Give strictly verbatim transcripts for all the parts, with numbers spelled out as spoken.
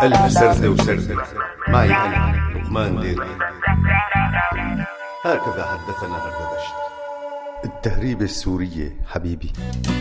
ألف سردة وسردة معي أنا لقمان ديري. هكذا حدثنا هردبشت. التهريبة السورية حبيبي.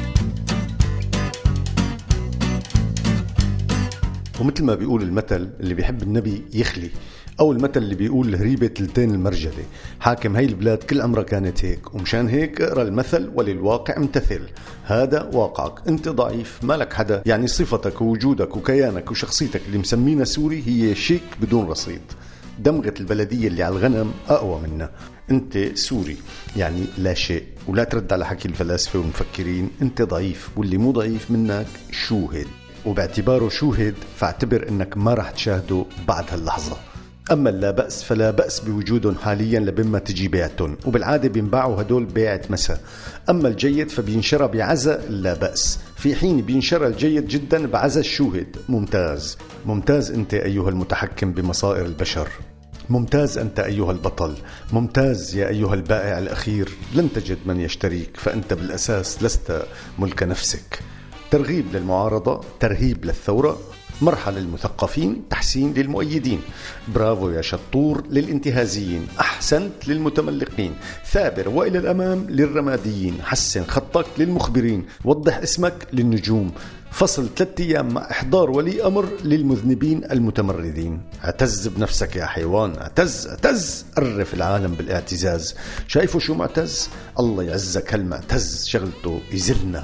ومثل ما بيقول المثل اللي بيحب النبي يخلي، أو المثل اللي بيقول هريبة تلتين المرجلة. حاكم هاي البلاد كل عمرها كانت هيك، ومشان هيك اقرأ المثل وللواقع امتثل. هذا واقعك، انت ضعيف مالك حدا، يعني صفتك ووجودك وكيانك وشخصيتك اللي مسمينا سوري هي شيك بدون رصيد. دمغة البلدية اللي على الغنم أقوى منها. انت سوري يعني لا شيء، ولا ترد على حكي الفلاسفة والمفكرين. انت ضعيف، واللي مو ضعيف منك شوهد، وباعتباره شوهد فاعتبر انك ما رح تشاهده بعد هاللحظة. أما اللا بأس فلا بأس بوجودهم حاليا لبما تجي بيعتهم، وبالعادة بينباعوا هدول بيعة مسا. أما الجيد فبينشرى بعزا اللا بأس، في حين بينشرى الجيد جدا بعزا الشوهد. ممتاز ممتاز أنت أيها المتحكم بمصائر البشر، ممتاز أنت أيها البطل، ممتاز يا أيها البائع الأخير. لن تجد من يشتريك، فأنت بالأساس لست ملك نفسك. ترغيب للمعارضة، ترهيب للثورة، مرحلة للمثقفين، تحسين للمؤيدين. برافو يا شطور للانتهازيين، أحسنت للمتملقين. ثابر وإلى الأمام للرماديين. حسن خطك للمخبرين، وضح اسمك للنجوم. فصل ثلاثة أيام مع إحضار ولي أمر للمذنبين المتمردين. اعتز بنفسك يا حيوان، اعتز اعتز عرف العالم بالاعتزاز. شايفه شو معتز؟ الله يعزك هالمعتز شغلته يزلنا.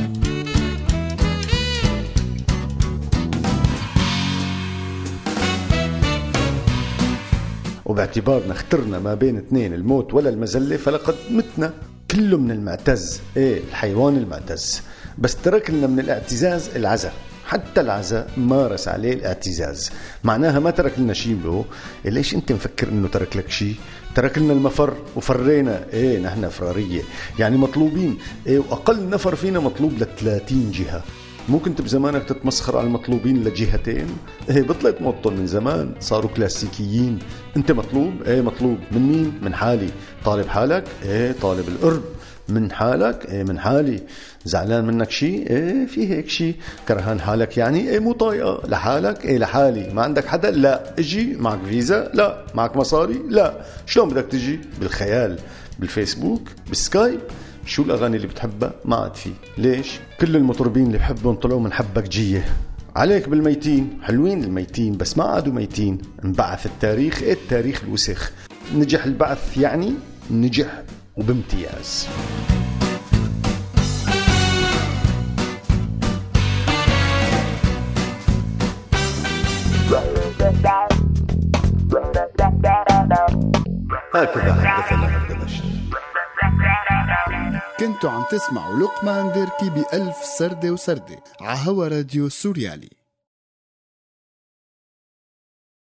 وباعتبارنا اخترنا ما بين اثنين، الموت ولا المزلة، فلقد متنا. كله من المعتز، ايه الحيوان المعتز، بس ترك لنا من الاعتزاز العزا. حتى العزا مارس عليه الاعتزاز، معناها ما ترك لنا شيء له. إيه ليش انت مفكر انه ترك لك شيء؟ ترك لنا المفر وفرينا. ايه نحن فرارية يعني مطلوبين، ايه واقل نفر فينا مطلوب لثلاثين جهة. مو كنت بزمانك تتمسخر على المطلوبين لجهتين؟ ايه بطلت موطن من زمان، صاروا كلاسيكيين. انت مطلوب؟ ايه مطلوب. من مين؟ من حالي. طالب حالك؟ ايه طالب القرب. من حالك؟ ايه من حالي. زعلان منك شيء؟ ايه في هيك شيء. كرهان حالك يعني؟ ايه مو طايقة. لحالك؟ ايه لحالي. ما عندك حدا؟ لا. اجي. معك فيزا؟ لا. معك مصاري؟ لا. شلون بدك تجي؟ بالخيال، بالفيسبوك، بالسكايب. شو الأغاني اللي بتحبها؟ ما عاد في. ليش؟ كل المطربين اللي بحبهم طلعوا من حبك جية. عليك بالميتين، حلوين الميتين بس ما عادوا ميتين. انبعث التاريخ، ايه التاريخ الوسخ. نجح البعث يعني نجح وبامتياز. هكذا حدثنا هردبشت. كنتوا عم تسمعوا لقمان ديركي بألف سردة وسردة عهوا راديو سوريالي.